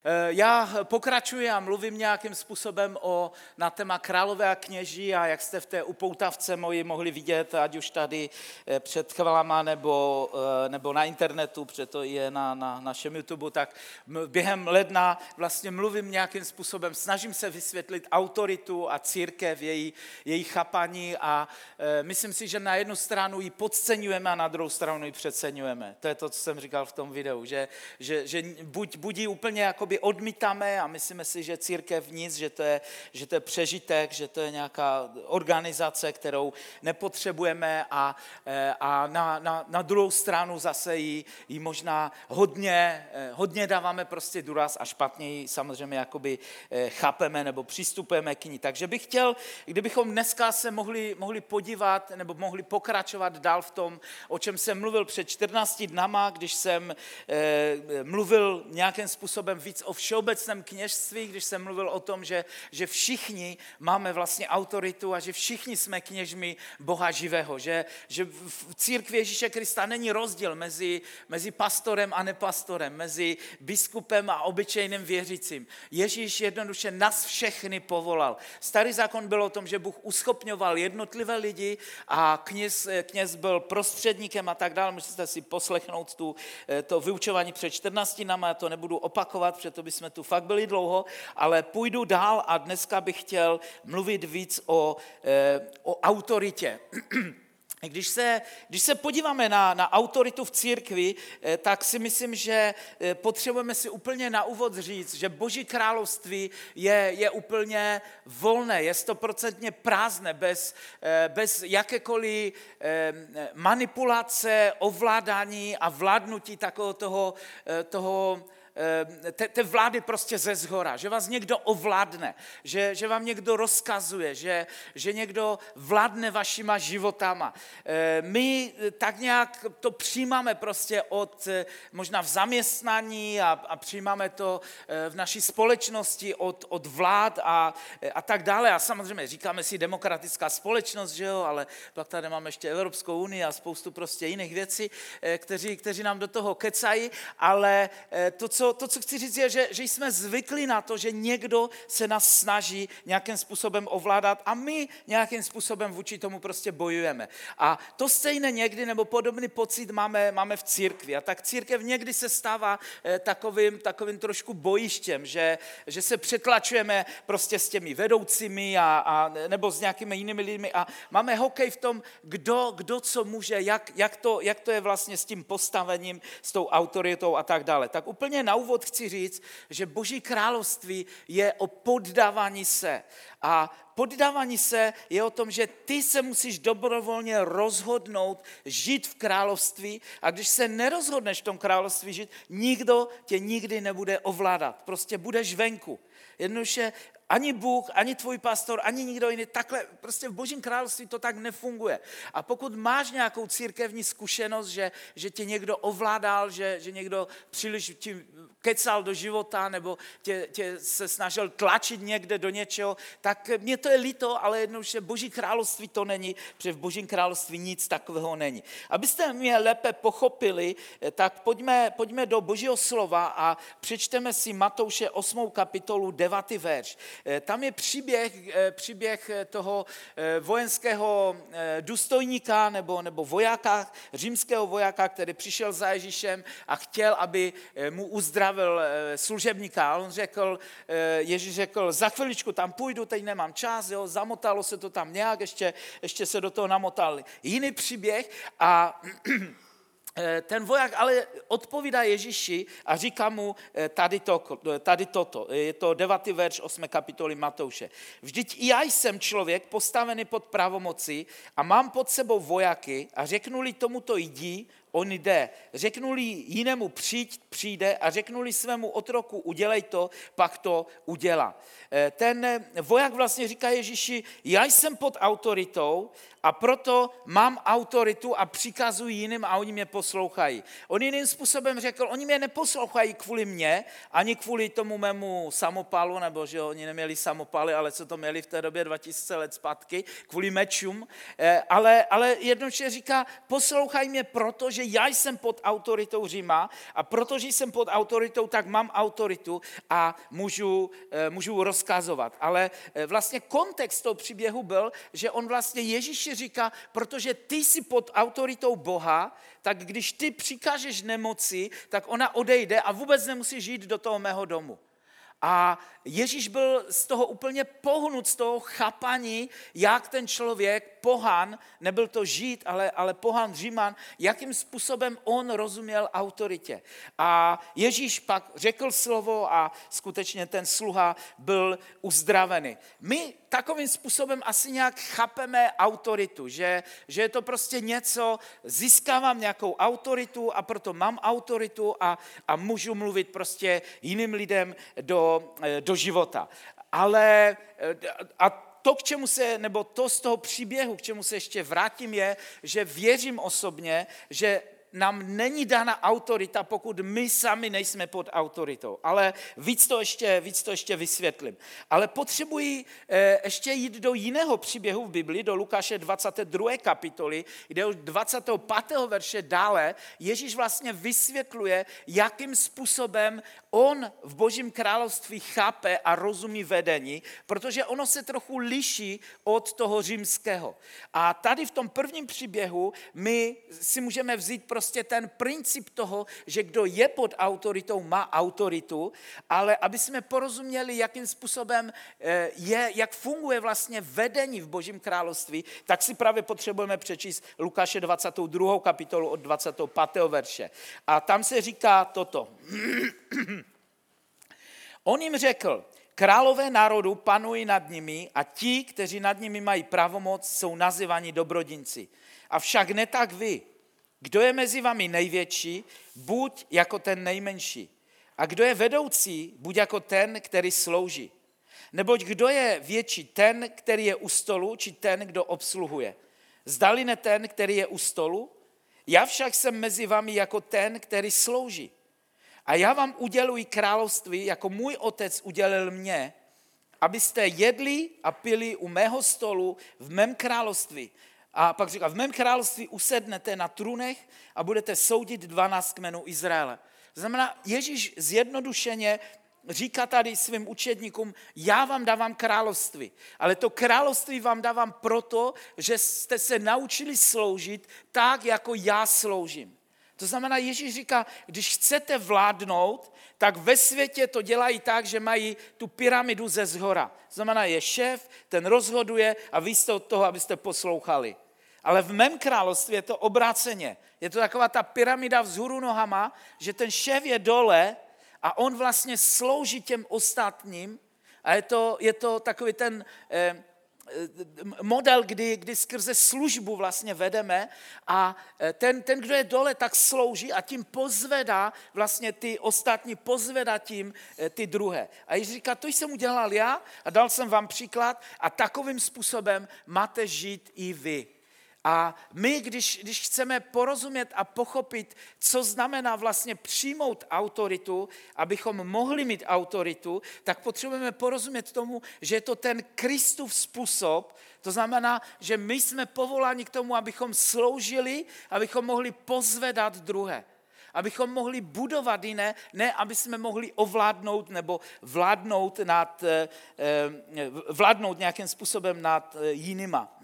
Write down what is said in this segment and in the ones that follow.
Já pokračuji a mluvím nějakým způsobem na téma králové a kněží a jak jste v té upoutavce moji mohli vidět, ať už tady před chvalama nebo na internetu, protože to je na našem YouTube, tak během ledna vlastně mluvím nějakým způsobem, snažím se vysvětlit autoritu a církev, její chápaní a myslím si, že na jednu stranu ji podceňujeme a na druhou stranu ji přeceňujeme. To je to, co jsem říkal v tom videu, že buď ji úplně jakoby odmítáme a myslíme si, že církev nic, že to je přežitek, že to je nějaká organizace, kterou nepotřebujeme a na druhou stranu zase ji možná hodně dáváme prostě důraz a špatně ji samozřejmě jakoby chápeme nebo přistupujeme k ní. Takže bych chtěl, kdybychom dneska se mohli podívat nebo mohli pokračovat dál v tom, o čem jsem mluvil před 14 dnama, když jsem mluvil nějakým způsobem víc o všeobecném kněžství, když jsem mluvil o tom, že všichni máme vlastně autoritu a že všichni jsme kněžmi Boha živého, že v církvi Ježíše Krista není rozdíl mezi pastorem a nepastorem, mezi biskupem a obyčejným věřícím. Ježíš jednoduše nás všechny povolal. Starý zákon byl o tom, že Bůh uschopňoval jednotlivé lidi a kněz byl prostředníkem a tak dále. Můžete si poslechnout to vyučování před 14 dnama, já to nebudu opakovat, protože to bychom tu fakt byli dlouho, ale půjdu dál a dneska bych chtěl mluvit víc o autoritě. Když se podíváme na autoritu v církvi, tak si myslím, že potřebujeme si úplně na úvod říct, že Boží království je úplně volné, je 100% prázdné, bez jakékoliv manipulace, ovládání a vládnutí takového toho té vlády prostě ze zhora, že vás někdo ovládne, že vám někdo rozkazuje, že někdo vládne vašima životama. My tak nějak to přijímáme prostě možná v zaměstnání a přijímáme to v naší společnosti od vlád a tak dále. A samozřejmě říkáme si demokratická společnost, že jo, ale pak tady máme ještě Evropskou unii a spoustu prostě jiných věcí, kteří nám do toho kecají, ale to, co chci říct, je, že jsme zvyklí na to, že někdo se nás snaží nějakým způsobem ovládat a my nějakým způsobem vůči tomu prostě bojujeme. A to stejné někdy, nebo podobný pocit máme v církvi. A tak církev někdy se stává takovým trošku bojištěm, že se přetlačujeme prostě s těmi vedoucími nebo s nějakými jinými lidmi a máme hokej v tom, kdo co může, jak to je vlastně s tím postavením, s tou autoritou a tak dále. Tak úplně na úvod chci říct, že Boží království je o poddávání se. A poddávání se je o tom, že ty se musíš dobrovolně rozhodnout žít v království a když se nerozhodneš v tom království žít, nikdo tě nikdy nebude ovládat. Prostě budeš venku. Jednoduše ani Bůh, ani tvůj pastor, ani nikdo jiný, takhle prostě v Božím království to tak nefunguje. A pokud máš nějakou církevní zkušenost, že tě někdo ovládal, že někdo příliš ti kecal do života nebo tě se snažil tlačit někde do něčeho, tak mě to je líto, ale jednoduše Boží království to není, protože v Božím království nic takového není. Abyste mě lépe pochopili, tak pojďme do Božího slova a přečteme si Matouše 8. kapitolu 9. verš. Tam je příběh toho vojenského důstojníka nebo vojáka, římského vojáka, který přišel za Ježíšem a chtěl, aby mu uzdravil služebníka. A Ježíš řekl, za chviličku tam půjdu, teď nemám čas, jo, zamotalo se to tam nějak, ještě se do toho namotal jiný příběh a ten voják ale odpovídá Ježíši a říká mu tady toto. Je to 9. verš 8. kapitoly Matouše. Vždyť i já jsem člověk postavený pod pravomocí a mám pod sebou vojáky a řeknu-li tomuto jdi, on jde. Řeknu-li jinému přijde a řeknu-li svému otroku udělej to, pak to udělá. Ten voják vlastně říká Ježíši, já jsem pod autoritou a proto mám autoritu a přikazuji jiným a oni mě poslouchají. On jiným způsobem řekl, oni mě neposlouchají kvůli mně, ani kvůli tomu mému samopalu, nebo že oni neměli samopaly, ale co to měli v té době 2000 let zpátky, kvůli mečům, ale jednoduše říká, poslouchaj mě proto, že protože já jsem pod autoritou Říma a protože jsem pod autoritou, tak mám autoritu a můžu rozkazovat. Ale vlastně kontext toho příběhu byl, že on vlastně Ježíši říká, protože ty jsi pod autoritou Boha, tak když ty přikážeš nemoci, tak ona odejde a vůbec nemusí žít do toho mého domu. A Ježíš byl z toho úplně pohnut, z toho chápaní, jak ten člověk, pohan, nebyl to Žid, ale pohan Říman, jakým způsobem on rozuměl autoritě. A Ježíš pak řekl slovo a skutečně ten sluha byl uzdravený. My takovým způsobem asi nějak chápeme autoritu, že je to prostě něco, získávám nějakou autoritu a proto mám autoritu a můžu mluvit prostě jiným lidem do života. Ale a to, k čemu se, nebo to z toho příběhu, k čemu se ještě vrátím, je, že věřím osobně, že nám není dána autorita, pokud my sami nejsme pod autoritou. Ale víc to ještě vysvětlím. Ale potřebuji ještě jít do jiného příběhu v Biblii, do Lukáše 22. kapitoly, kde od 25. verše dále Ježíš vlastně vysvětluje, jakým způsobem on v Božím království chápe a rozumí vedení, protože ono se trochu liší od toho římského. A tady v tom prvním příběhu my si můžeme vzít prostě ten princip toho, že kdo je pod autoritou, má autoritu, ale aby jsme porozuměli, jakým způsobem jak funguje vlastně vedení v Božím království, tak si právě potřebujeme přečíst Lukáše 22. kapitolu od 25. verše. A tam se říká toto. On jim řekl, králové národu panují nad nimi a ti, kteří nad nimi mají pravomoc, jsou nazýváni dobrodinci. Avšak ne tak vy. Kdo je mezi vámi největší, buď jako ten nejmenší. A kdo je vedoucí, buď jako ten, který slouží. Neboť kdo je větší, ten, který je u stolu, či ten, kdo obsluhuje. Zdali ne ten, který je u stolu? Já však jsem mezi vámi jako ten, který slouží. A já vám uděluji království, jako můj otec udělil mě, abyste jedli a pili u mého stolu v mém království. A pak říká, v mém království usednete na trůnech a budete soudit 12 kmenů Izraele. To znamená, Ježíš zjednodušeně říká tady svým učedníkům, já vám dávám království, ale to království vám dávám proto, že jste se naučili sloužit tak, jako já sloužím. To znamená, Ježíš říká, když chcete vládnout, tak ve světě to dělají tak, že mají tu pyramidu ze zhora. To znamená, je šéf, ten rozhoduje a vy jste od toho, abyste poslouchali. Ale v mém království je to obráceně. Je to taková ta pyramida vzhůru nohama, že ten šéf je dole a on vlastně slouží těm ostatním a je to takový ten model, kdy skrze službu vlastně vedeme a ten, kdo je dole, tak slouží a tím pozvedá vlastně ty ostatní, pozvedá tím ty druhé. A Ježíš říká, to jsem udělal já a dal jsem vám příklad a takovým způsobem máte žít i vy. A my, když chceme porozumět a pochopit, co znamená vlastně přijmout autoritu, abychom mohli mít autoritu, tak potřebujeme porozumět tomu, že je to ten Kristův způsob, to znamená, že my jsme povoláni k tomu, abychom sloužili, abychom mohli pozvedat druhé. Abychom mohli budovat jiné, ne aby jsme mohli ovládnout nebo vládnout nějakým způsobem nad jinýma.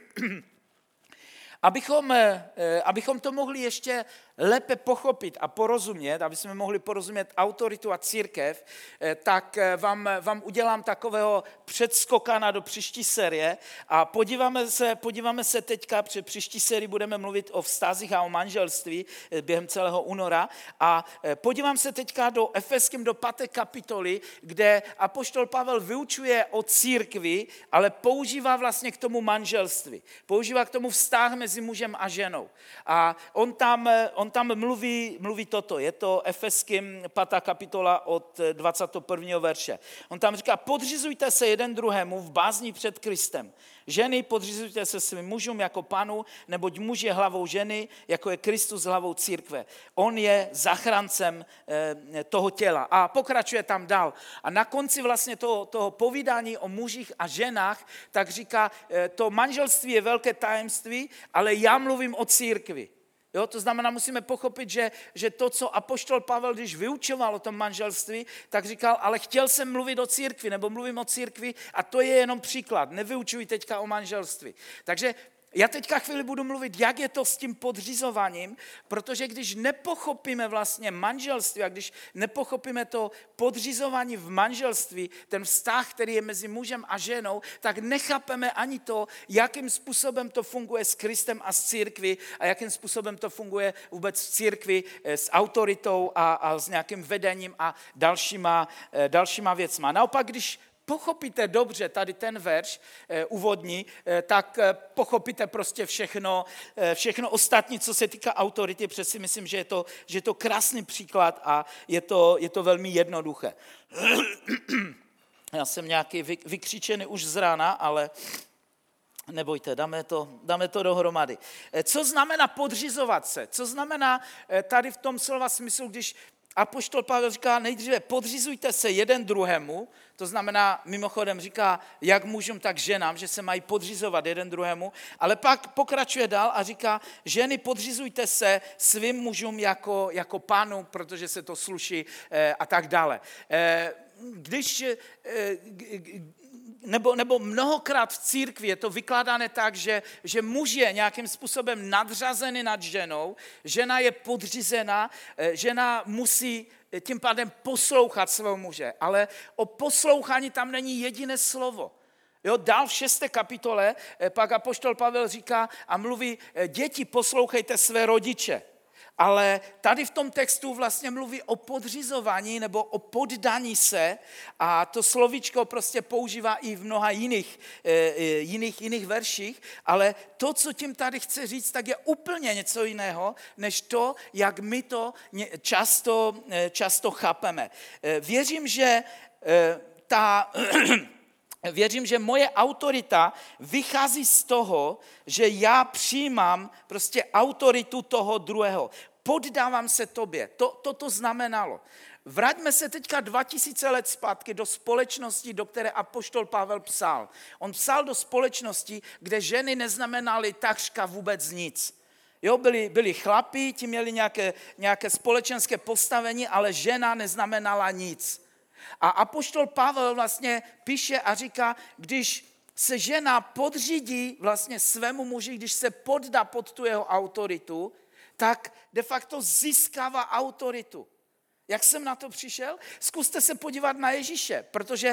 Abychom to mohli ještě lépe pochopit a porozumět, aby jsme mohli porozumět autoritu a církev, tak vám udělám takového předskokana do příští série a podíváme se teďka, při příští sérii budeme mluvit o vztazích a o manželství během celého února a podívám se teďka do Efeským do 5. kapitoly, kde apoštol Pavel vyučuje o církvi, ale používá vlastně k tomu manželství. Používá k tomu vztah mezi mužem a ženou. A on tam mluví toto, je to Efeským 5. kapitola od 21. verše. On tam říká, podřizujte se jeden druhému v bázni před Kristem. Ženy, podřizujte se svým mužům jako panu, neboť muž je hlavou ženy, jako je Kristus hlavou církve. On je zachráncem toho těla. A pokračuje tam dál. A na konci vlastně toho povídání o mužích a ženách, tak říká, to manželství je velké tajemství, ale já mluvím o církvi. Jo, to znamená, musíme pochopit, že to, co apoštol Pavel, když vyučoval o tom manželství, tak říkal, ale chtěl jsem mluvit o církvi, nebo mluvím o církvi a to je jenom příklad. Nevyučuji teďka o manželství. Takže já teďka chvíli budu mluvit, jak je to s tím podřizováním, protože když nepochopíme vlastně manželství a když nepochopíme to podřizování v manželství, ten vztah, který je mezi mužem a ženou, tak nechápeme ani to, jakým způsobem to funguje s Kristem a s církví a jakým způsobem to funguje vůbec v církvi s autoritou a s nějakým vedením a dalšíma věcma. Naopak, když pochopíte dobře tady ten verš úvodní, tak pochopíte prostě všechno ostatní, co se týká autority. Přeci myslím, že je to krásný příklad a je to velmi jednoduché. Já jsem nějaký vykřičený už z rána, ale nebojte, dáme to dohromady. Co znamená podřizovat se? Co znamená tady v tom slova smyslu, když apoštol Pavel říká, nejdříve podřizujte se jeden druhému, to znamená, mimochodem říká, jak mužům, tak ženám, že se mají podřizovat jeden druhému, ale pak pokračuje dál a říká, ženy podřizujte se svým mužům jako pánu, protože se to sluší a tak dále. Nebo mnohokrát v církvi je to vykládané tak, že muž je nějakým způsobem nadřazený nad ženou, žena je podřízená, žena musí tím pádem poslouchat svého muže, ale o poslouchání tam není jediné slovo. Jo, dál v 6. kapitole pak apoštol Pavel říká a mluví, děti, poslouchejte své rodiče. Ale tady v tom textu vlastně mluví o podřizování nebo o poddání se a to slovíčko prostě používá i v mnoha jiných verších, ale to, co tím tady chce říct, tak je úplně něco jiného, než to, jak my to často chápeme. Věřím, že moje autorita vychází z toho, že já přijímám prostě autoritu toho druhého. Poddávám se tobě. To znamenalo. Vraťme se teďka 2000 let zpátky do společnosti, do které apoštol Pavel psal. On psal do společnosti, kde ženy neznamenaly takřka vůbec nic. Jo, byli chlapi, ti měli nějaké společenské postavení, ale žena neznamenala nic. A apoštol Pavel vlastně píše a říká, když se žena podřídí vlastně svému muži, když se poddá pod tu jeho autoritu, tak de facto získává autoritu. Jak jsem na to přišel? Zkuste se podívat na Ježíše, protože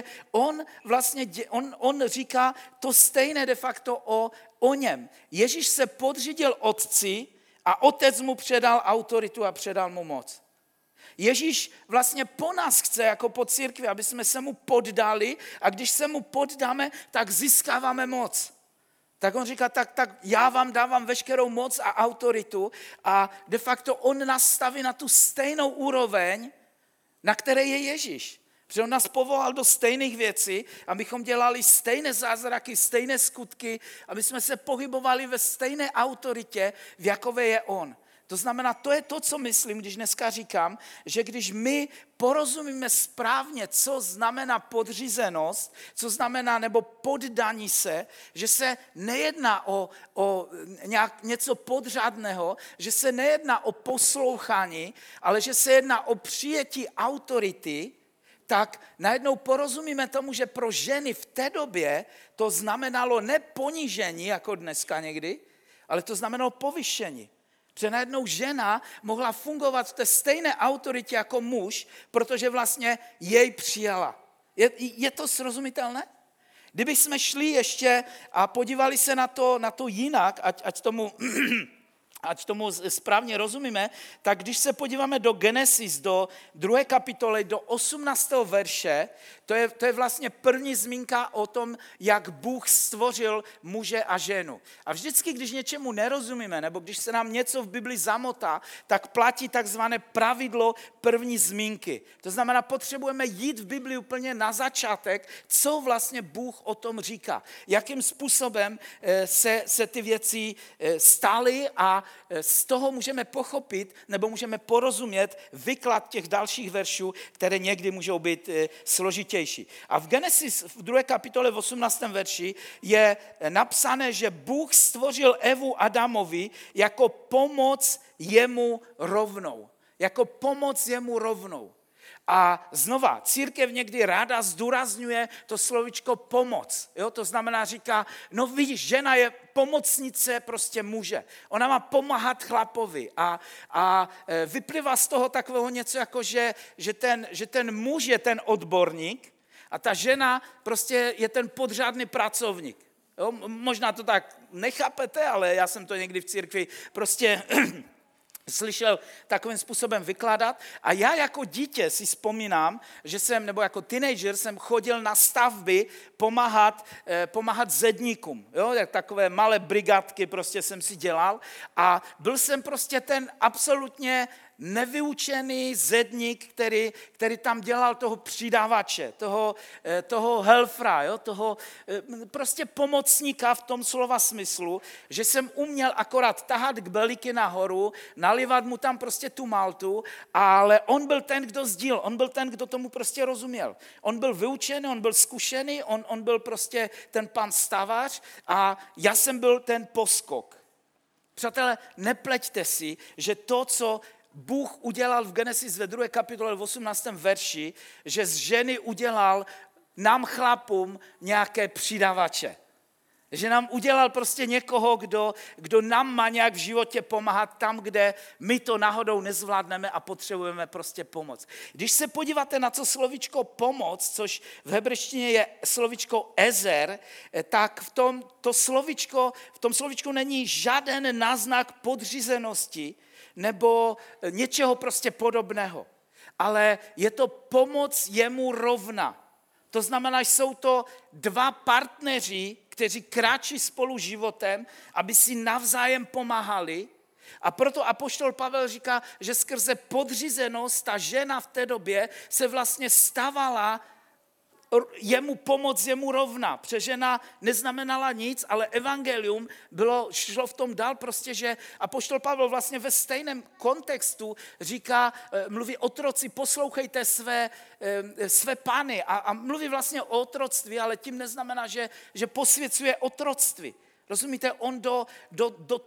on říká to stejné de facto o něm. Ježíš se podřídil otci a otec mu předal autoritu a předal mu moc. Ježíš vlastně po nás chce, jako po církvi, aby jsme se mu poddali a když se mu poddáme, tak získáváme moc. Tak on říká, tak já vám dávám veškerou moc a autoritu a de facto on nás staví na tu stejnou úroveň, na které je Ježíš. Protože on nás povolal do stejných věcí, abychom dělali stejné zázraky, stejné skutky, aby jsme se pohybovali ve stejné autoritě, v jakové je on. To znamená, to je to, co myslím, když dneska říkám, že když my porozumíme správně, co znamená podřízenost, co znamená nebo poddání se, že se nejedná o něco podřadného, že se nejedná o poslouchání, ale že se jedná o přijetí autority, tak najednou porozumíme tomu, že pro ženy v té době to znamenalo ne ponížení, jako dneska někdy, ale to znamenalo povyšení. Protože najednou žena mohla fungovat v té stejné autoritě jako muž, protože vlastně jej přijala. Je to srozumitelné? Kdybychom šli ještě a podívali se na to jinak, ať tomu správně rozumíme, tak když se podíváme do Genesis, do 2. kapitoly, do 18. verše, to je vlastně první zmínka o tom, jak Bůh stvořil muže a ženu. A vždycky, když něčemu nerozumíme, nebo když se nám něco v Bibli zamotá, tak platí takzvané pravidlo první zmínky. To znamená, potřebujeme jít v Bibli úplně na začátek, co vlastně Bůh o tom říká. Jakým způsobem se ty věci staly a z toho můžeme pochopit nebo můžeme porozumět výklad těch dalších veršů, které někdy můžou být složitější. A v Genesis v 2. kapitole v 18. verši je napsané, že Bůh stvořil Evu Adamovi jako pomoc jemu rovnou. Jako pomoc jemu rovnou. A znova, církev někdy ráda zdůrazňuje to slovičko pomoc. Jo? To znamená, říká, no vidíš, žena je pomocnice prostě muže. Ona má pomáhat chlapovi. A vyplývá z toho takového něco jako, že ten muž je ten odborník a ta žena prostě je ten podřádný pracovník. Jo? Možná to tak nechápete, ale já jsem to někdy v církvi prostě slyšel takovým způsobem vykládat. A já jako dítě si vzpomínám, nebo jako teenager jsem chodil na stavby pomáhat zedníkům. Jo? Takové malé brigádky prostě jsem si dělal a byl jsem prostě ten absolutně nevyučený zedník, který tam dělal toho přidávače, toho helfra, jo? Toho prostě pomocníka v tom slova smyslu, že jsem uměl akorát tahat kbelíky nahoru, nalivat mu tam prostě tu maltu, ale on byl ten, kdo sdíl, on byl ten, kdo tomu prostě rozuměl. On byl vyučený, on byl zkušený, on byl prostě ten pan stavař a já jsem byl ten poskok. Přátelé, nepleťte si, že to, co Bůh udělal v Genesis ve 2. kapitole v 18. verši, že z ženy udělal nám chlapům nějaké přidávače. Že nám udělal prostě někoho, kdo nám má nějak v životě pomáhat tam, kde my to náhodou nezvládneme a potřebujeme prostě pomoc. Když se podíváte na to slovíčko pomoc, což v hebrejštině je slovíčko ezer, tak v tom slovíčku není žádný náznak podřízenosti nebo něčeho prostě podobného. Ale je to pomoc jemu rovna. To znamená, že jsou to dva partneři, kteří kráčí spolu životem, aby si navzájem pomáhali. A proto apoštol Pavel říká, že skrze podřízenost ta žena v té době se vlastně stavala jemu pomoc, jemu rovna. Protože žena neznamenala nic, ale evangelium šlo v tom dál prostě, že apoštol Pavel vlastně ve stejném kontextu říká, mluví otroci, poslouchejte své pány a mluví vlastně o otroctví, ale tím neznamená, že posvěcuje otroctví. Rozumíte, on do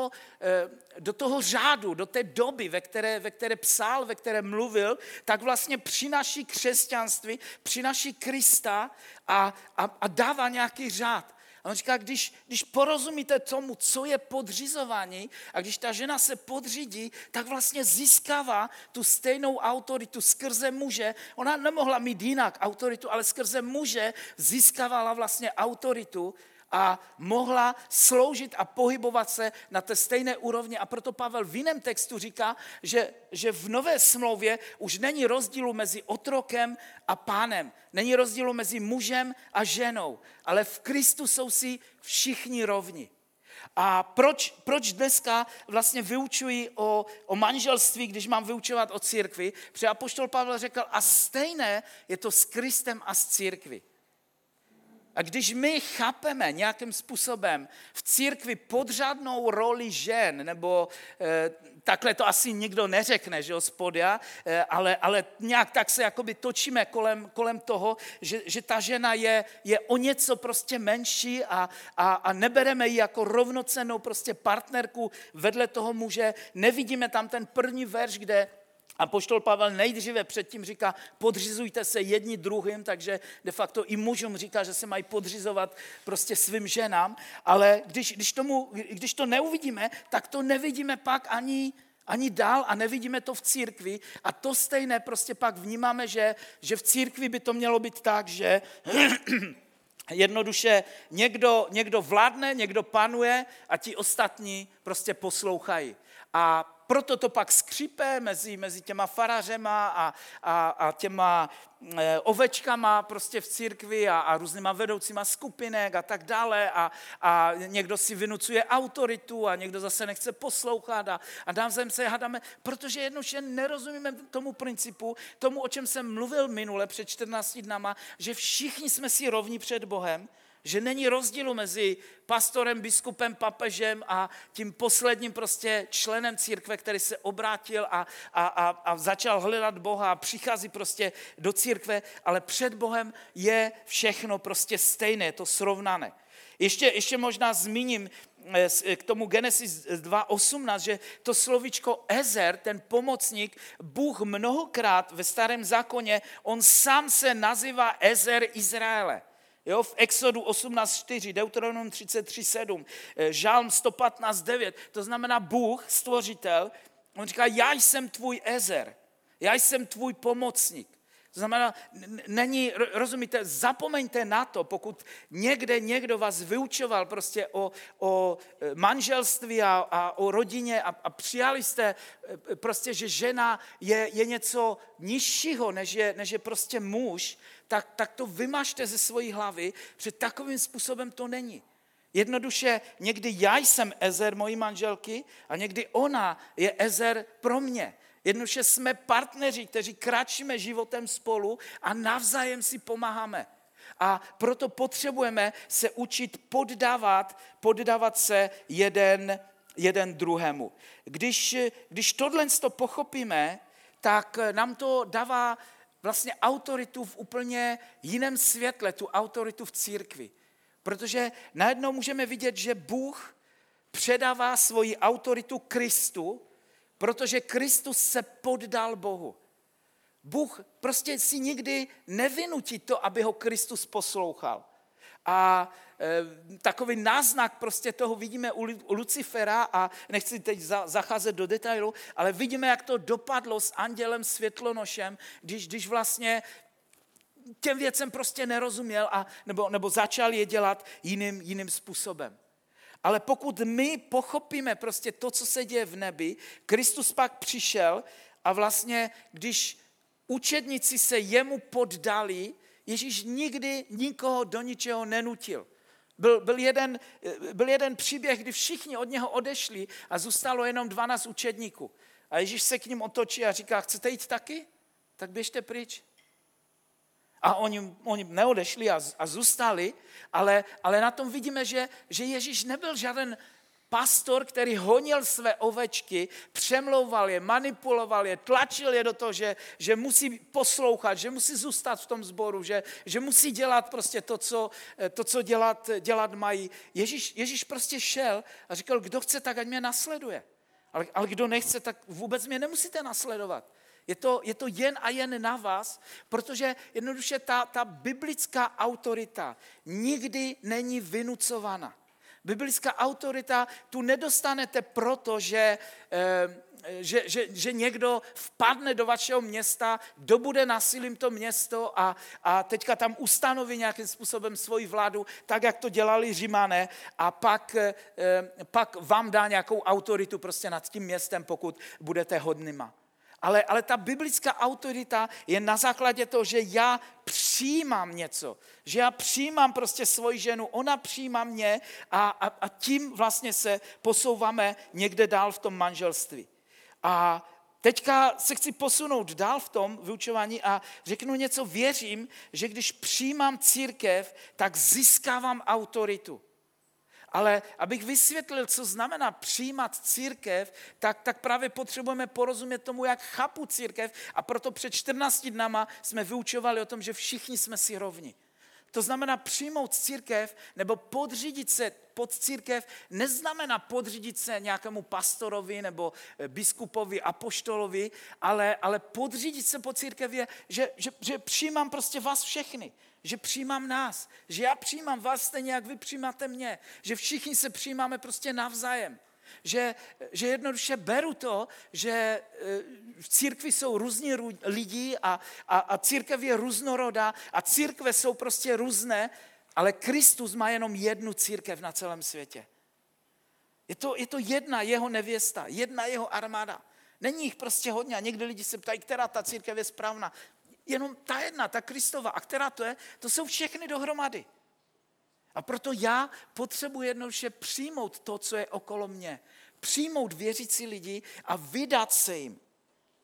toho řádu, do té doby, ve které psal, ve které mluvil, tak vlastně přináší křesťanství, přináší Krista a dává nějaký řád. A on říká, když porozumíte tomu, co je podřizování a když ta žena se podřídí, tak vlastně získává tu stejnou autoritu skrze muže. Ona nemohla mít jinak autoritu, ale skrze muže získávala vlastně autoritu a mohla sloužit a pohybovat se na té stejné úrovni. A proto Pavel v jiném textu říká, že v nové smlouvě už není rozdílu mezi otrokem a pánem. Není rozdílu mezi mužem a ženou. Ale v Kristu jsou si všichni rovni. A proč dneska vlastně vyučuji o manželství, když mám vyučovat o církvi? Protože apoštol Pavel řekl, a stejné je to s Kristem a s církví. A když my chápeme nějakým způsobem v církvi podřadnou roli žen, nebo takhle to asi nikdo neřekne, že jo, spodia, ale nějak tak se jakoby točíme kolem toho, že ta žena je o něco prostě menší a nebereme ji jako rovnocennou prostě partnerku vedle toho muže. Nevidíme tam ten první verš, kde apoštol Pavel nejdříve předtím říká, podřizujte se jedni druhým, takže de facto i mužům říká, že se mají podřizovat prostě svým ženám, ale když to neuvidíme, tak to nevidíme pak ani dál a nevidíme to v církvi a to stejné prostě pak vnímáme, že v církvi by to mělo být tak, že jednoduše někdo vládne, někdo panuje a ti ostatní prostě poslouchají. A proto to pak skřípe mezi těma farářema a těma ovečkama prostě v církvi a různýma vedoucíma skupinek a tak dále a někdo si vynucuje autoritu a někdo zase nechce poslouchat a navzájem se hádáme, protože jednoduše nerozumíme tomu principu, tomu, o čem jsem mluvil minule před 14 dnama, že všichni jsme si rovní před Bohem, že není rozdílu mezi pastorem, biskupem, papežem a tím posledním prostě členem církve, který se obrátil a začal hledat Boha a přichází prostě do církve, ale před Bohem je všechno prostě stejné, je to srovnané. Ještě možná zmíním k tomu Genesis 2.18, že to slovíčko Ezer, ten pomocník, Bůh mnohokrát ve Starém zákoně, on sám se nazývá Ezer Izraele. Jo, v Exodu 18.4, Deuteronom 33.7, Žálm 115.9, to znamená Bůh, stvořitel, on říká, já jsem tvůj Ezer, já jsem tvůj pomocník. To znamená, rozumíte, zapomeňte na to, pokud někdo vás vyučoval prostě o manželství a o rodině a přijali jste prostě, že žena je něco nižšího, než je prostě muž, tak to vymažte ze svojí hlavy, protože takovým způsobem to není. Jednoduše, někdy já jsem Ezer mojí manželky a někdy ona je Ezer pro mě. Jednoduše jsme partneři, kteří kráčíme životem spolu a navzájem si pomáháme. A proto potřebujeme se učit poddávat se jeden druhému. Když tohle pochopíme, tak nám to dává vlastně autoritu v úplně jiném světle, tu autoritu v církvi. Protože najednou můžeme vidět, že Bůh předává svoji autoritu Kristu, protože Kristus se poddal Bohu. Bůh prostě si nikdy nevynutí to, aby ho Kristus poslouchal. A takový náznak prostě toho vidíme u Lucifera a nechci teď zacházet do detailu, ale vidíme, jak to dopadlo s andělem světlonošem, když vlastně těm věcem prostě nerozuměl nebo začal je dělat jiným způsobem. Ale pokud my pochopíme prostě to, co se děje v nebi, Kristus pak přišel a vlastně, když učedníci se jemu poddali, Ježíš nikdy nikoho do ničeho nenutil. Byl jeden příběh, kdy všichni od něho odešli a zůstalo jenom 12 učedníků. A Ježíš se k ním otočí a říká, chcete jít taky? Tak běžte pryč. A oni neodešli a zůstali, ale na tom vidíme, že Ježíš nebyl žádný pastor, který honil své ovečky, přemlouval je, manipuloval je, tlačil je do toho, že musí poslouchat, že musí zůstat v tom sboru, že musí dělat prostě to, co dělat mají. Ježíš prostě šel a říkal, kdo chce, tak ať mě nasleduje. Ale kdo nechce, tak vůbec mě nemusíte nasledovat. Je to jen a jen na vás, protože jednoduše ta biblická autorita nikdy není vynucována. Biblická autorita tu nedostanete proto, že někdo vpadne do vašeho města, dobude násilím to město a teďka tam ustanoví nějakým způsobem svoji vládu, tak, jak to dělali Římané a pak vám dá nějakou autoritu prostě nad tím městem, pokud budete hodnýma. Ale ta biblická autorita je na základě toho, že já přijímám něco, že já přijímám prostě svoji ženu, ona přijímá mě a tím vlastně se posouváme někde dál v tom manželství. A teďka se chci posunout dál v tom vyučování a řeknu něco, věřím, že když přijímám církev, tak získávám autoritu. Ale abych vysvětlil, co znamená přijímat církev, tak právě potřebujeme porozumět tomu, jak chápu církev a proto před 14 dnama jsme vyučovali o tom, že všichni jsme si rovni. To znamená přijmout církev nebo podřídit se pod církev neznamená podřídit se nějakému pastorovi nebo biskupovi, apoštolovi, ale podřídit se pod církev je, že přijímám prostě vás všechny. Že přijímám nás, že já přijímám vás stejně, jak vy přijímáte mě, že všichni se přijímáme prostě navzájem, že jednoduše beru to, že v církvi jsou různí lidi a církev je různorodá a církve jsou prostě různé, ale Kristus má jenom jednu církev na celém světě. Je to jedna jeho nevěsta, jedna jeho armáda. Není jich prostě hodně a někdy lidi se ptají, která ta církev je správná. Jenom ta jedna, ta Kristova. A která to je? To jsou všechny dohromady. A proto já potřebuji jednoduše přijmout to, co je okolo mě. Přijmout věřící lidi a vydat se jim.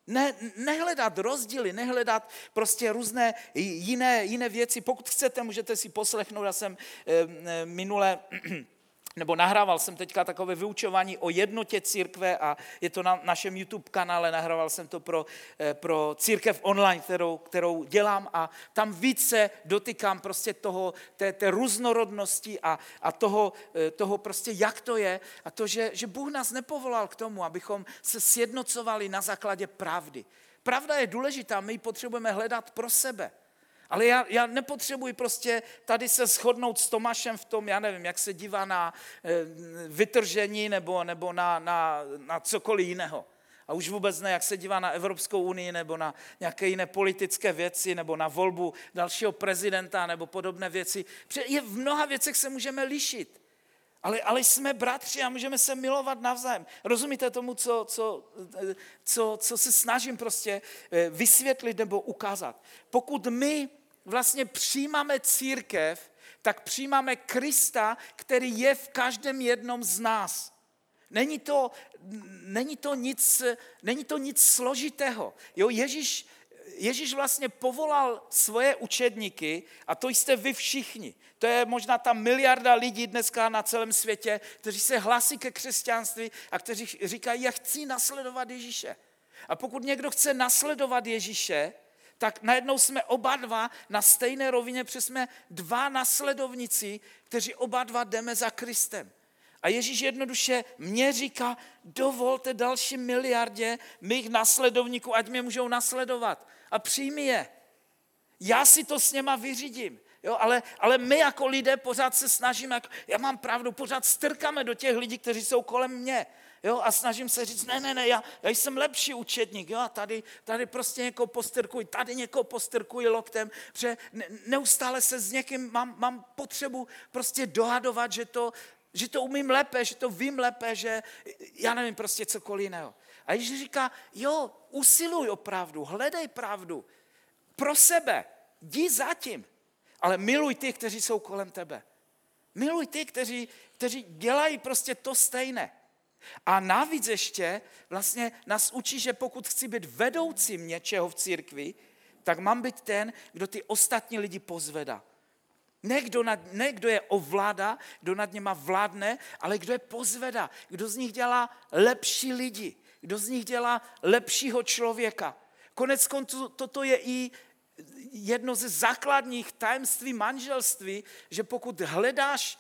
Nehledat rozdíly, nehledat prostě různé jiné věci. Pokud chcete, můžete si poslechnout, já jsem minule, nebo nahrával jsem teďka takové vyučování o jednotě církve a je to na našem YouTube kanále, nahrával jsem to pro církev online, kterou dělám a tam více dotykám prostě té různorodnosti a toho prostě, jak to je a to, že Bůh nás nepovolal k tomu, abychom se sjednocovali na základě pravdy. Pravda je důležitá, my ji potřebujeme hledat pro sebe. Ale já nepotřebuji prostě tady se shodnout s Tomášem v tom, já nevím, jak se dívá na vytržení nebo na cokoliv jiného. A už vůbec ne, jak se dívá na Evropskou unii nebo na nějaké jiné politické věci nebo na volbu dalšího prezidenta nebo podobné věci. Protože v mnoha věcech se můžeme lišit. Ale jsme bratři a můžeme se milovat navzájem. Rozumíte tomu, co se snažím prostě vysvětlit nebo ukázat? Pokud my vlastně přijímáme církev, tak přijímáme Krista, který je v každém jednom z nás. Není to nic složitého. Jo, Ježíš vlastně povolal svoje učedníky a to jste vy všichni. To je možná ta miliarda lidí dneska na celém světě, kteří se hlásí ke křesťanství a kteří říkají, já chci nasledovat Ježíše. A pokud někdo chce nasledovat Ježíše, tak najednou jsme oba dva na stejné rovině, protože jsme dva nasledovníci, kteří oba dva jdeme za Kristem. A Ježíš jednoduše mě říká, dovolte další miliardě mých nasledovníků, ať mě můžou nasledovat. A přijmi je. Já si to s něma vyřídím. Jo, ale my jako lidé pořád se snažíme, já mám pravdu, pořád strkáme do těch lidí, kteří jsou kolem mě. Jo, a snažím se říct, ne, já jsem lepší učedník, jo, a tady prostě někoho postrkuj, tady někoho postrkuj loktem, protože neustále se s někým mám potřebu prostě dohadovat, že to umím lépe, že to vím lépe, že já nevím, prostě cokoliv jiného. A Ježíš říká, jo, usiluj o pravdu, hledej pravdu pro sebe, jdi zatím, ale miluj ty, kteří jsou kolem tebe. Miluj ty, kteří dělají prostě to stejné. A navíc ještě vlastně nás učí, že pokud chci být vedoucím něčeho v církvi, tak mám být ten, kdo ty ostatní lidi pozvedá. Ne kdo je ovládá, kdo nad něma vládne, ale kdo je pozvedá, kdo z nich dělá lepší lidi, kdo z nich dělá lepšího člověka. Konec konců toto je i jedno ze základních tajemství manželství, že pokud hledáš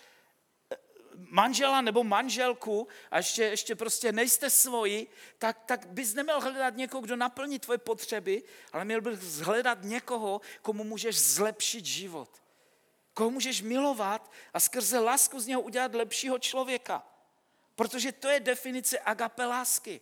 manžela nebo manželku a ještě prostě nejste svoji, tak bys neměl hledat někoho, kdo naplní tvoje potřeby, ale měl bys hledat někoho, komu můžeš zlepšit život. Koho můžeš milovat a skrze lásku z něho udělat lepšího člověka. Protože to je definice agape lásky.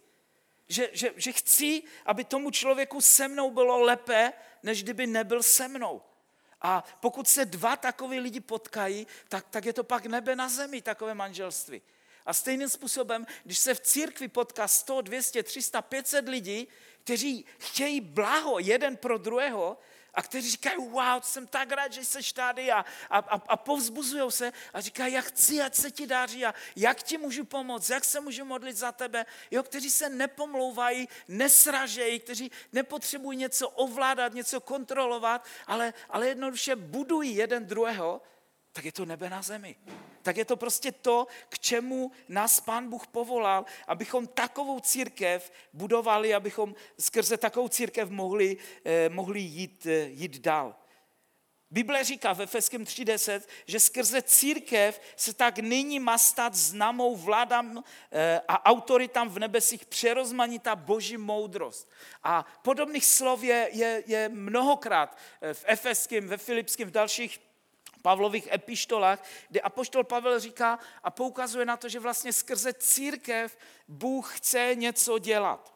Že chci, aby tomu člověku se mnou bylo lépe, než kdyby nebyl se mnou. A pokud se dva takoví lidi potkají, tak je to pak nebe na zemi, takové manželství. A stejným způsobem, když se v církvi potká 100, 200, 300, 500 lidí, kteří chtějí blaho jeden pro druhého a kteří říkají, wow, jsem tak rád, že jsi tady a povzbuzují se a říkají, já chci, ať se ti daří a jak ti můžu pomoct, jak se můžu modlit za tebe, jo, kteří se nepomlouvají, nesražejí, kteří nepotřebují něco ovládat, něco kontrolovat, ale jednoduše budují jeden druhého, tak je to nebe na zemi. Tak je to prostě to, k čemu nás Pán Bůh povolal, abychom takovou církev budovali, abychom skrze takovou církev mohli jít dál. Bible říká v Efeským 3:10, že skrze církev se tak nyní má stát známou vládám a autoritám v nebesích přerozmanitá boží moudrost. A podobných slov je mnohokrát v Efeským, ve Filipským, v dalších Pavlových epištolách, kde apoštol Pavel říká a poukazuje na to, že vlastně skrze církev Bůh chce něco dělat.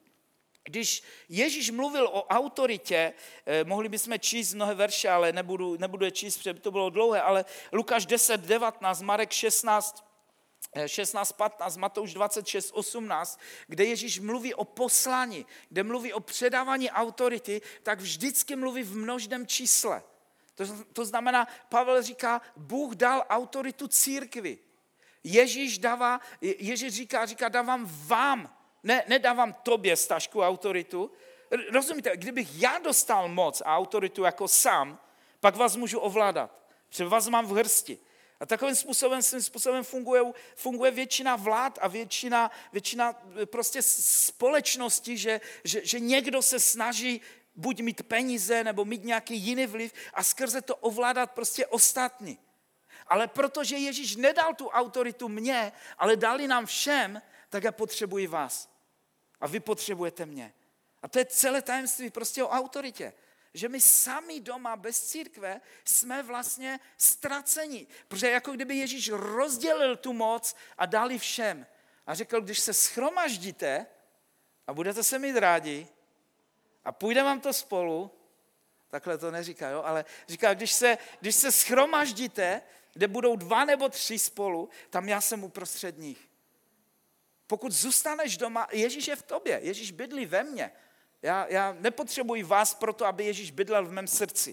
Když Ježíš mluvil o autoritě, mohli bychom číst mnohé verše, ale nebudu je číst, protože by to bylo dlouhé, ale Lukáš 10:19, Marek 16:15, Matouš 26:18, kde Ježíš mluví o poslání, kde mluví o předávání autority, tak vždycky mluví v množném čísle. To znamená, Pavel říká, Bůh dal autoritu církvi. Ježíš říká, dávám vám, nedávám tobě, Stašku, autoritu. Rozumíte, kdybych já dostal moc a autoritu jako sám, pak vás můžu ovládat. Protože vás mám v hrsti. A takovým způsobem funguje většina vlád a většina prostě společností, že někdo se snaží buď mít peníze, nebo mít nějaký jiný vliv a skrze to ovládat prostě ostatní. Ale protože Ježíš nedal tu autoritu mně, ale dali nám všem, tak já potřebuji vás. A vy potřebujete mě. A to je celé tajemství prostě o autoritě. Že my sami doma bez církve jsme vlastně ztraceni. Protože jako kdyby Ježíš rozdělil tu moc a dali všem. A řekl, když se shromaždíte a budete se mít rádi a půjde vám to spolu, takhle to neříká, jo, ale říká, když se shromaždíte, kde budou 2 nebo 3 spolu, tam já jsem uprostřed nich. Pokud zůstaneš doma, Ježíš je v tobě, Ježíš bydlí ve mně. Já nepotřebuji vás proto, aby Ježíš bydlel v mém srdci.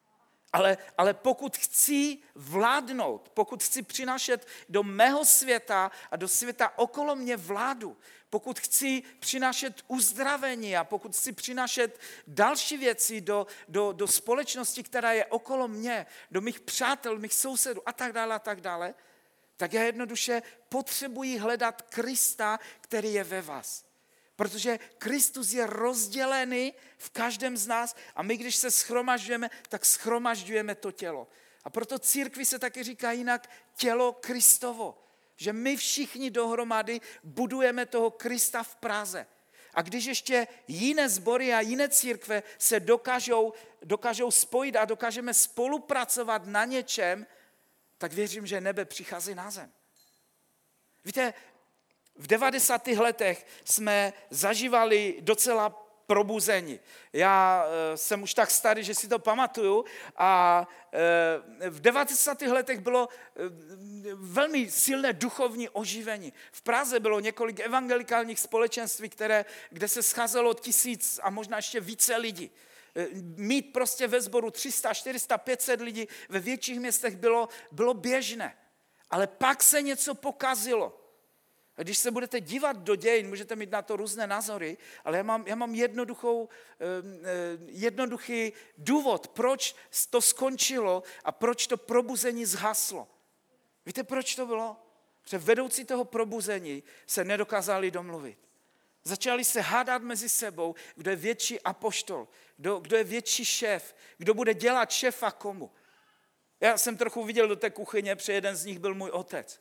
Ale pokud chci vládnout, pokud chci přinášet do mého světa a do světa okolo mě vládu, pokud chci přinášet uzdravení a pokud chci přinášet další věci do společnosti, která je okolo mě, do mých přátel, mých sousedů a tak dále, tak já jednoduše potřebuji hledat Krista, který je ve vás. Protože Kristus je rozdělený v každém z nás a my, když se shromažďujeme, tak shromažďujeme to tělo. A proto církvi se taky říká jinak tělo Kristovo. Že my všichni dohromady budujeme toho Krista v Praze. A když ještě jiné sbory a jiné církve se dokážou spojit a dokážeme spolupracovat na něčem, tak věřím, že nebe přichází na zem. Víte, v 90. letech jsme zažívali docela probuzení. Já jsem už tak starý, že si to pamatuju a v 90. letech bylo velmi silné duchovní oživení. V Praze bylo několik evangelikálních společenství, kde se scházelo 1000 a možná ještě více lidí. Mít prostě ve sboru 300, 400, 500 lidí ve větších městech bylo běžné. Ale pak se něco pokazilo. A když se budete dívat do dějin, můžete mít na to různé názory, ale já mám jednoduchý důvod, proč to skončilo a proč to probuzení zhaslo. Víte, proč to bylo? Protože vedoucí toho probuzení se nedokázali domluvit. Začali se hádat mezi sebou, kdo je větší apoštol, kdo je větší šéf, kdo bude dělat šéfa komu. Já jsem trochu viděl do té kuchyně, protože jeden z nich byl můj otec.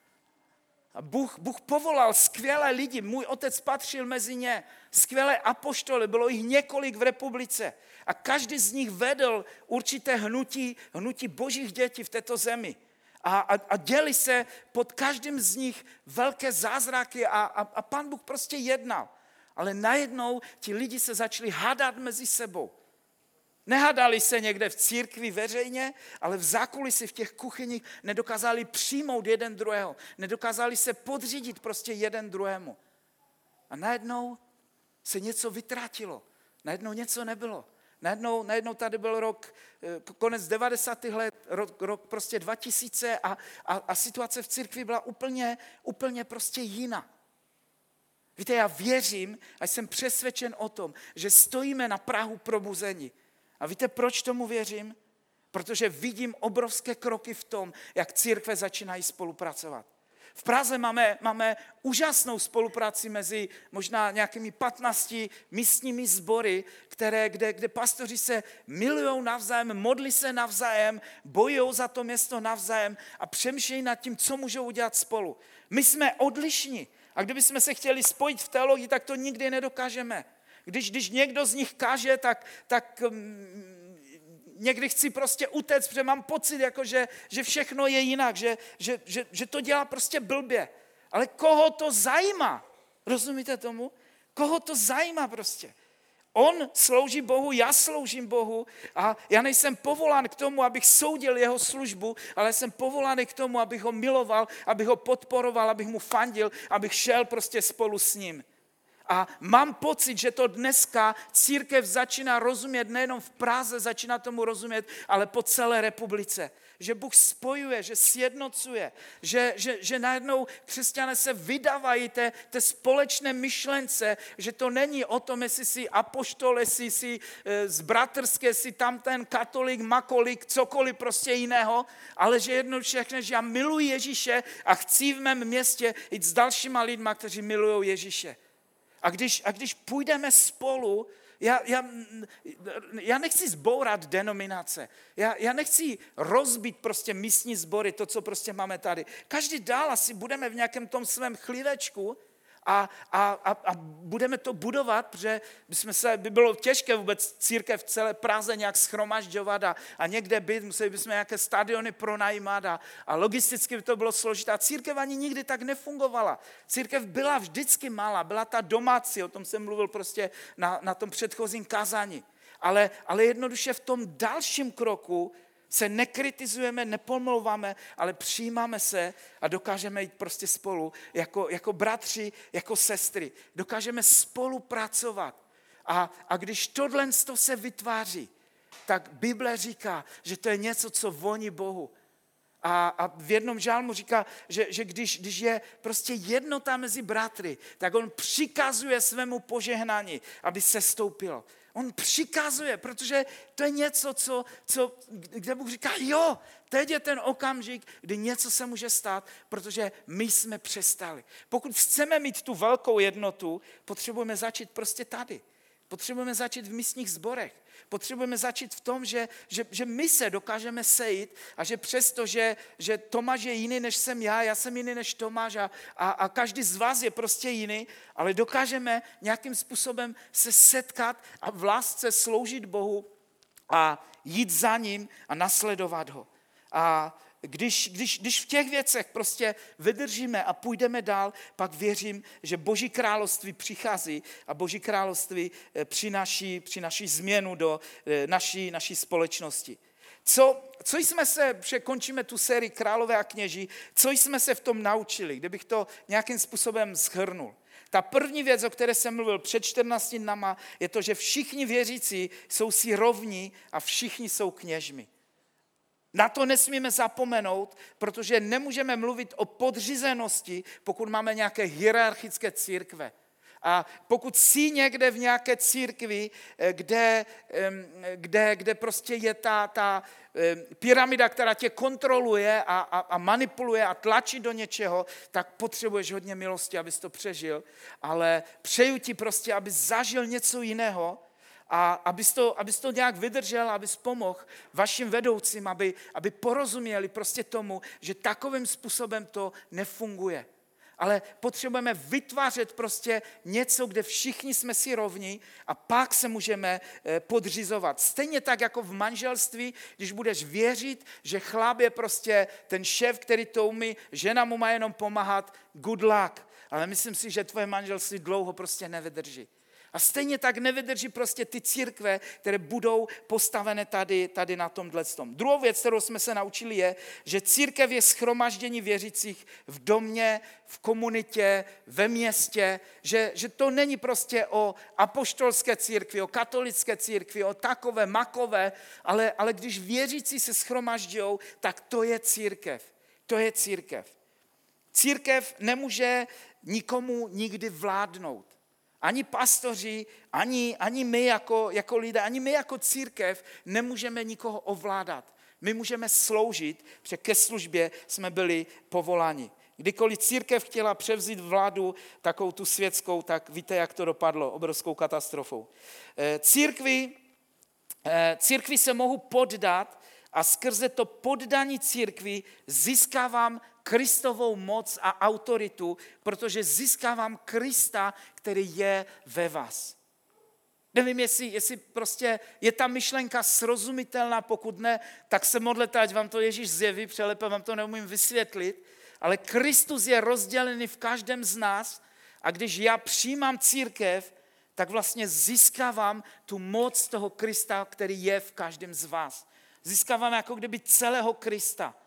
A Bůh povolal skvělé lidi, můj otec patřil mezi ně, skvělé apoštoly, bylo jich několik v republice a každý z nich vedl určité hnutí božích dětí v této zemi. A děli se pod každým z nich velké zázraky a Pán Bůh prostě jednal. Ale najednou ti lidi se začali hádat mezi sebou. Nehádali se někde v církvi veřejně, ale v zákulisí v těch kuchyních nedokázali přijmout jeden druhého. Nedokázali se podřídit prostě jeden druhému. A najednou se něco vytratilo. Najednou něco nebylo. Najednou tady byl konec 90. let, rok prostě 2000 a situace v církvi byla úplně prostě jiná. Víte, já věřím a jsem přesvědčen o tom, že stojíme na prahu probuzení. A víte, proč tomu věřím? Protože vidím obrovské kroky v tom, jak církve začínají spolupracovat. V Praze máme úžasnou spolupráci mezi možná nějakými 15 místními sbory, kde pastoři se milují navzájem, modlí se navzájem, bojují za to město navzájem a přemýšlejí nad tím, co můžou udělat spolu. My jsme odlišní a kdybychom se chtěli spojit v teologii, tak to nikdy nedokážeme. Když někdo z nich káže, tak někdy chci prostě utéct, protože mám pocit, jako že všechno je jinak, že to dělá prostě blbě. Ale koho to zajímá? Rozumíte tomu? Koho to zajímá prostě? On slouží Bohu, já sloužím Bohu a já nejsem povolán k tomu, abych soudil jeho službu, ale jsem povolán k tomu, abych ho miloval, abych ho podporoval, abych mu fandil, abych šel prostě spolu s ním. A mám pocit, že to dneska církev začíná rozumět, nejenom v Praze začíná tomu rozumět, ale po celé republice. Že Bůh spojuje, že sjednocuje, že najednou křesťané se vydávají té společné myšlence, že to není o tom, jestli jsi apoštol, jestli jsi z bratrské, jestli tam ten katolik, makolik, cokoliv prostě jiného, ale že jednoduše řekne, že já miluji Ježíše a chci v mém městě jít s dalšíma lidma, kteří milují Ježíše. A když půjdeme spolu, já nechci zbourat denominace, já nechci rozbít prostě místní sbory, to, co prostě máme tady. Každý dál asi budeme v nějakém tom svém chlívečku a budeme to budovat, protože by bylo těžké vůbec církev v celé Praze nějak shromažďovat a někde být, museli bychom nějaké stadiony pronajímat a logisticky by to bylo složité. A církev ani nikdy tak nefungovala. Církev byla vždycky malá, byla ta domácí, o tom jsem mluvil prostě na tom předchozím kázání. Ale jednoduše v tom dalším kroku se nekritizujeme, nepomlouváme, ale přijímáme se a dokážeme jít prostě spolu jako bratři, jako sestry. Dokážeme spolupracovat. A když tohle se vytváří, tak Bible říká, že to je něco, co voní Bohu. A v jednom žálmu říká, že když je prostě jednota mezi bratry, tak on přikazuje svému požehnání, aby se stoupilo. On přikazuje, protože to je něco, kde Bůh říká, jo, teď je ten okamžik, kdy něco se může stát, protože my jsme přestali. Pokud chceme mít tu velkou jednotu, potřebujeme začít prostě tady. Potřebujeme začít v místních sborech. Potřebujeme začít v tom, že my se dokážeme sejít a že přesto, že Tomáš je jiný, než jsem já jsem jiný než Tomáš a každý z vás je prostě jiný, ale dokážeme nějakým způsobem se setkat a v lásce sloužit Bohu a jít za ním a nasledovat ho. A když v těch věcech prostě vydržíme a půjdeme dál, pak věřím, že Boží království přichází a Boží království přináší změnu do naší společnosti. Co jsme se, překončíme tu sérii Králové a kněží, co jsme se v tom naučili, kdybych to nějakým způsobem shrnul. Ta první věc, o které jsem mluvil před 14 dnama, je to, že všichni věřící jsou si rovní a všichni jsou kněžmi. Na to nesmíme zapomenout, protože nemůžeme mluvit o podřízenosti, pokud máme nějaké hierarchické církve. A pokud jsi někde v nějaké církvi, kde prostě je ta pyramida, která tě kontroluje a manipuluje a tlačí do něčeho, tak potřebuješ hodně milosti, abys to přežil. Ale přeju ti prostě, abys zažil něco jiného, a abys to nějak vydržel, abys pomohl vašim vedoucím, aby porozuměli prostě tomu, že takovým způsobem to nefunguje. Ale potřebujeme vytvářet prostě něco, kde všichni jsme si rovní a pak se můžeme podřizovat. Stejně tak jako v manželství, když budeš věřit, že chlap je prostě ten šéf, který to umí, žena mu má jenom pomáhat, good luck. Ale myslím si, že tvoje manželství dlouho prostě nevydrží. A stejně tak nevydrží prostě ty církve, které budou postavené tady na tomhle tom. Druhou věc, kterou jsme se naučili, je, že církev je shromaždění věřících v domě, v komunitě, ve městě, že to není prostě o apoštolské církvi, o katolické církvi, o takové, makové, ale když věřící se shromažďují, tak to je církev. To je církev. Církev nemůže nikomu nikdy vládnout. Ani pastoři, ani my jako lidé, ani my jako církev nemůžeme nikoho ovládat. My můžeme sloužit, protože ke službě jsme byli povoláni. Kdykoliv církev chtěla převzít vládu, takovou tu světskou, tak víte, jak to dopadlo, obrovskou katastrofou. Církvi se mohu poddat a skrze to poddání církvi získávám Kristovou moc a autoritu, protože získávám Krista, který je ve vás. Nevím, jestli prostě je ta myšlenka srozumitelná, pokud ne, tak se modlete, ať vám to Ježíš zjeví, přelepe vám to neumím vysvětlit, ale Kristus je rozdělený v každém z nás a když já přijímám církev, tak vlastně získávám tu moc toho Krista, který je v každém z vás. Získávám jako kdyby celého Krista.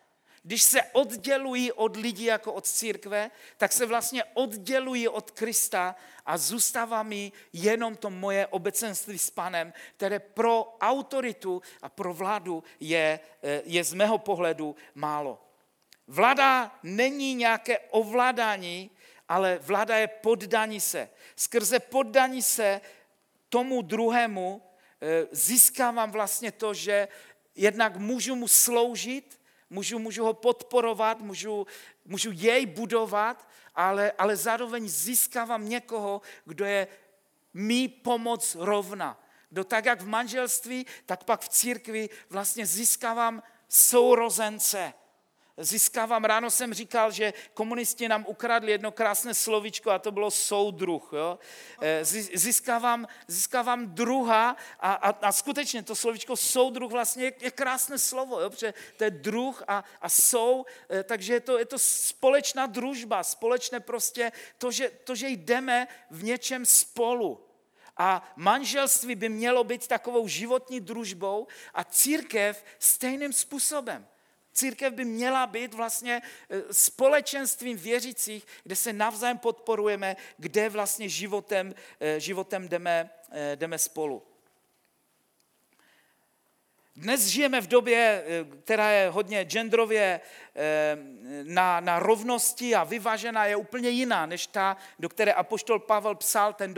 když se oddělují od lidí jako od církve, tak se vlastně oddělují od Krista a zůstává mi jenom to moje obecenství s Panem, které pro autoritu a pro vládu je z mého pohledu málo. Vláda není nějaké ovládání, ale vláda je poddání se. Skrze poddání se tomu druhému získávám vlastně to, že jednak můžu mu sloužit, můžu ho podporovat, můžu jej budovat, ale zároveň získávám někoho, kdo je mý pomoc rovna. Kdo tak jak v manželství, tak pak v církvi vlastně získávám sourozence. Ráno jsem říkal, že komunisti nám ukradli jedno krásné slovíčko a to bylo soudruh. Jo? Získávám druha a skutečně to slovíčko soudruh vlastně je krásné slovo, jo? Protože to je druh a takže je to společná družba, společné prostě to, že jdeme v něčem spolu. A manželství by mělo být takovou životní družbou a církev stejným způsobem. Církev by měla být vlastně společenstvím věřících, kde se navzájem podporujeme, kde vlastně životem jdeme spolu. Dnes žijeme v době, která je hodně genderově na rovnosti a vyvážená, je úplně jiná, než ta, do které apoštol Pavel psal ten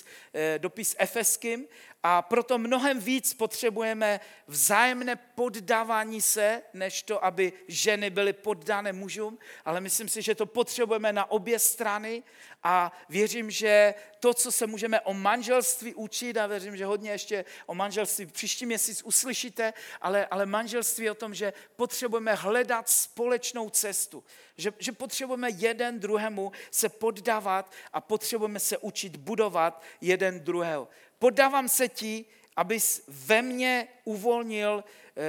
dopis Efeským. A proto mnohem víc potřebujeme vzájemné poddávání se, než to, aby ženy byly poddané mužům, ale myslím si, že to potřebujeme na obě strany a věřím, že to, co se můžeme o manželství učit, a věřím, že hodně ještě o manželství příští měsíc uslyšíte, ale manželství je o tom, že potřebujeme hledat společnou cestu, že potřebujeme jeden druhému se poddávat a potřebujeme se učit budovat jeden druhého. Poddávám se ti, abys ve mně uvolnil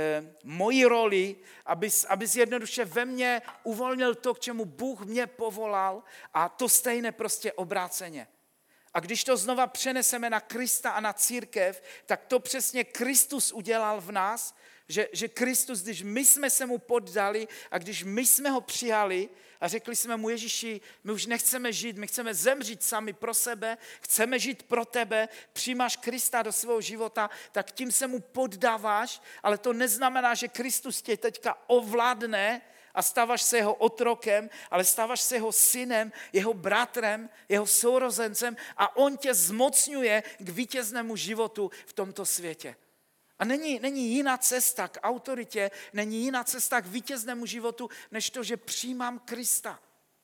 moji roli, abys jednoduše ve mně uvolnil to, k čemu Bůh mě povolal a to stejné prostě obráceně. A když to znova přeneseme na Krista a na církev, tak to přesně Kristus udělal v nás, že Kristus, když my jsme se mu poddali a když my jsme ho přijali a řekli jsme mu Ježíši, my už nechceme žít, my chceme zemřít sami pro sebe, chceme žít pro tebe, přijímáš Krista do svého života, tak tím se mu poddáváš, ale to neznamená, že Kristus tě teďka ovládne a stáváš se jeho otrokem, ale stáváš se jeho synem, jeho bratrem, jeho sourozencem a on tě zmocňuje k vítěznému životu v tomto světě. A není jiná cesta k autoritě, není jiná cesta k vítěznému životu, než to, že přijímám Krista.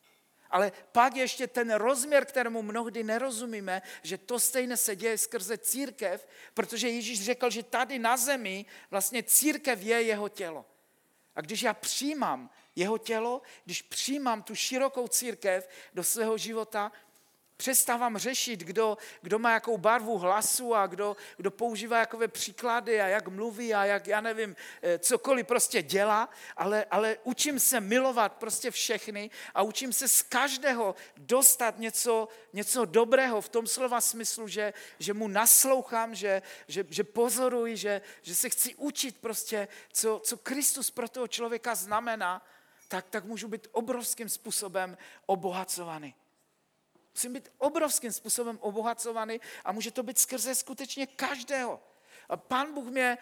Ale pak ještě ten rozměr, kterému mnohdy nerozumíme, že to stejné se děje skrze církev, protože Ježíš řekl, že tady na zemi vlastně církev je jeho tělo. A když já přijímám jeho tělo, když přijímám tu širokou církev do svého života, přestávám řešit, kdo má jakou barvu hlasu a kdo používá jakové příklady a jak mluví a jak, já nevím, cokoliv prostě dělá, ale učím se milovat prostě všechny a učím se z každého dostat něco dobrého v tom slova smyslu, že mu naslouchám, že pozoruji, že se chci učit prostě, co Kristus pro toho člověka znamená, tak můžu být obrovským způsobem obohacovaný. Musím být obrovským způsobem obohacovaný a může to být skrze skutečně každého. A Pán Bůh mě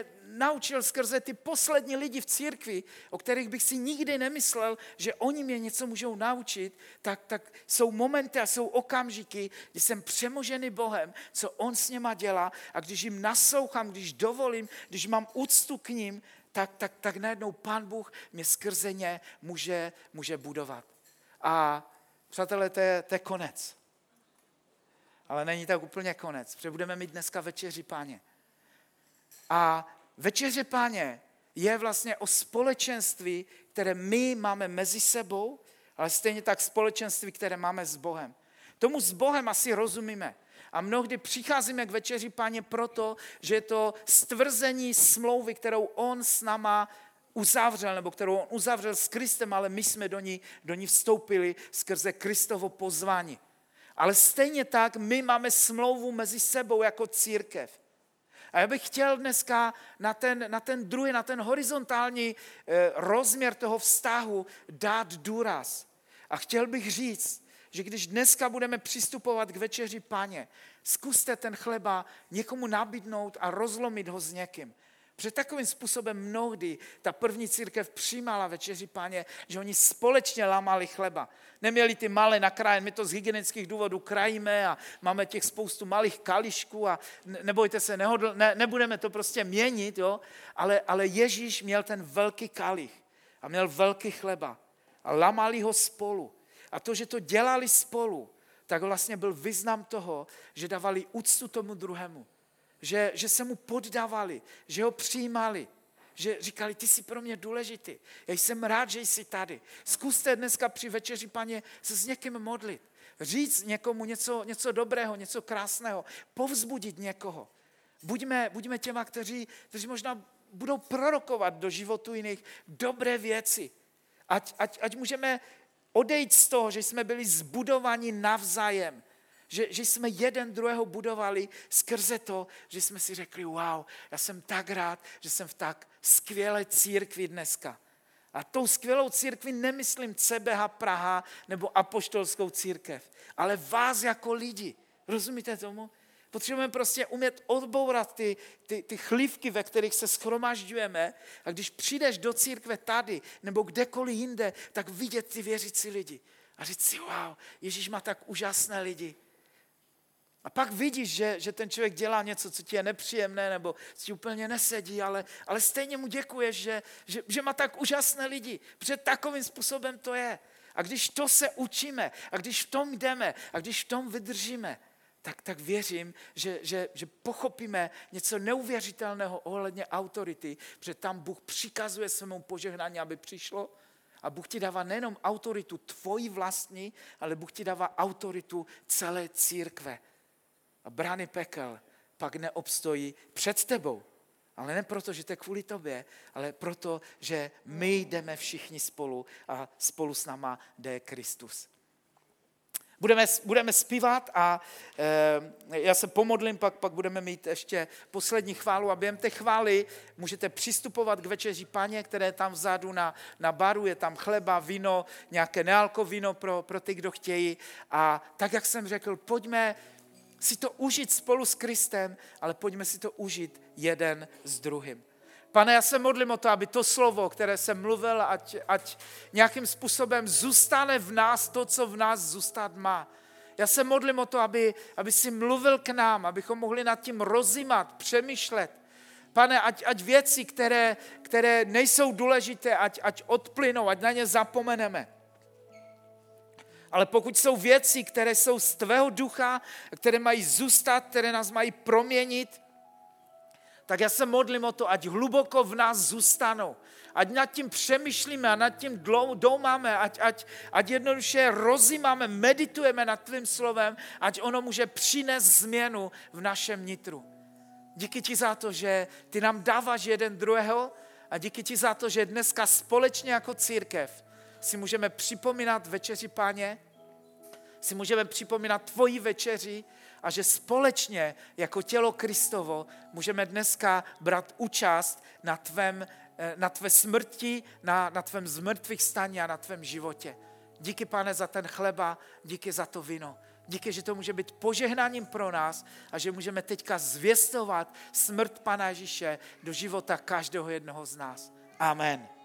naučil skrze ty poslední lidi v církvi, o kterých bych si nikdy nemyslel, že oni mě něco můžou naučit, tak jsou momenty a jsou okamžiky, kdy jsem přemožený Bohem, co on s něma dělá a když jim naslouchám, když dovolím, když mám úctu k ním, tak najednou Pán Bůh mě skrze ně může budovat. A přátelé, to je konec. Ale není tak úplně konec, protože budeme mít dneska večeři Páně. A večeře Páně je vlastně o společenství, které my máme mezi sebou, ale stejně tak společenství, které máme s Bohem. Tomu s Bohem asi rozumíme. A mnohdy přicházíme k večeři Páně proto, že je to stvrzení smlouvy, kterou on s náma uzavřel, nebo kterou on uzavřel s Kristem, ale my jsme do ní vstoupili skrze Kristovo pozvání. Ale stejně tak my máme smlouvu mezi sebou jako církev. A já bych chtěl dneska na ten druhý, na ten horizontální rozměr toho vztahu dát důraz. A chtěl bych říct, že když dneska budeme přistupovat k večeři Páně, zkuste ten chleba někomu nabídnout a rozlomit ho s někým. Protože takovým způsobem mnohdy ta první církev přijímala večeři Páně, že oni společně lámali chleba. Neměli ty malé nakrájené, my to z hygienických důvodů krajíme a máme těch spoustu malých kališků a nebojte se, nebudeme to prostě měnit, jo? Ale Ježíš měl ten velký kalich a měl velký chleba a lámali ho spolu. A to, že to dělali spolu, tak vlastně byl význam toho, že dávali úctu tomu druhému. Že se mu poddávali, že ho přijímali, že říkali, ty jsi pro mě důležitý, já jsem rád, že jsi tady. Zkuste dneska při večeři Páně se s někým modlit, říct někomu něco dobrého, něco krásného, povzbudit někoho. Buďme těma, kteří možná budou prorokovat do životu jiných dobré věci. Ať můžeme odejít z toho, že jsme byli zbudovaní navzájem, že jsme jeden druhého budovali skrze to, že jsme si řekli, wow, já jsem tak rád, že jsem v tak skvělé církvi dneska. A tou skvělou církvi nemyslím CBH Praha nebo apoštolskou církev, ale vás jako lidi. Rozumíte tomu? Potřebujeme prostě umět odbourat ty chlívky, ve kterých se shromažďujeme, a když přijdeš do církve tady nebo kdekoliv jinde, tak vidět ty věřící lidi. A říct si, wow, Ježíš má tak úžasné lidi. A pak vidíš, že ten člověk dělá něco, co ti je nepříjemné, nebo co ti úplně nesedí, ale stejně mu děkuješ, že má tak úžasné lidi, protože takovým způsobem to je. A když to se učíme, a když v tom jdeme, a když v tom vydržíme, tak věřím, že pochopíme něco neuvěřitelného ohledně autority, protože tam Bůh přikazuje svému požehnání, aby přišlo. A Bůh ti dává nejenom autoritu tvoji vlastní, ale Bůh ti dává autoritu celé církve. A brány pekel pak neobstojí před tebou. Ale ne proto, že to je kvůli tobě, ale proto, že my jdeme všichni spolu a spolu s náma jde Kristus. Budeme zpívat a já se pomodlím, pak budeme mít ještě poslední chválu a během té chvály můžete přistupovat k večeři Páně, které je tam vzadu na baru, je tam chleba, víno, nějaké nealkovíno pro ty, kdo chtějí. A tak, jak jsem řekl, pojďme si to užít spolu s Kristem, ale pojďme si to užít jeden s druhým. Pane, já se modlím o to, aby to slovo, které jsem mluvil, ať nějakým způsobem zůstane v nás to, co v nás zůstat má. Já se modlím o to, aby si mluvil k nám, abychom mohli nad tím rozjímat, přemýšlet. Pane, ať věci, které nejsou důležité, ať odplynou, ať na ně zapomeneme. Ale pokud jsou věci, které jsou z tvého ducha, které mají zůstat, které nás mají proměnit, tak já se modlím o to, ať hluboko v nás zůstanou. Ať nad tím přemýšlíme a nad tím doumáme, ať jednoduše rozjímáme, meditujeme nad tvým slovem, ať ono může přinést změnu v našem nitru. Díky ti za to, že ty nám dáváš jeden druhého a díky ti za to, že dneska společně jako církev si můžeme připomínat večeři Páně, si můžeme připomínat tvoji večeři a že společně jako tělo Kristovo můžeme dneska brát účast na tvé smrti, na tvém zmrtvých stání a na tvém životě. Díky, Pane, za ten chleba, díky za to víno. Díky, že to může být požehnáním pro nás a že můžeme teďka zvěstovat smrt Pana Ježíše do života každého jednoho z nás. Amen.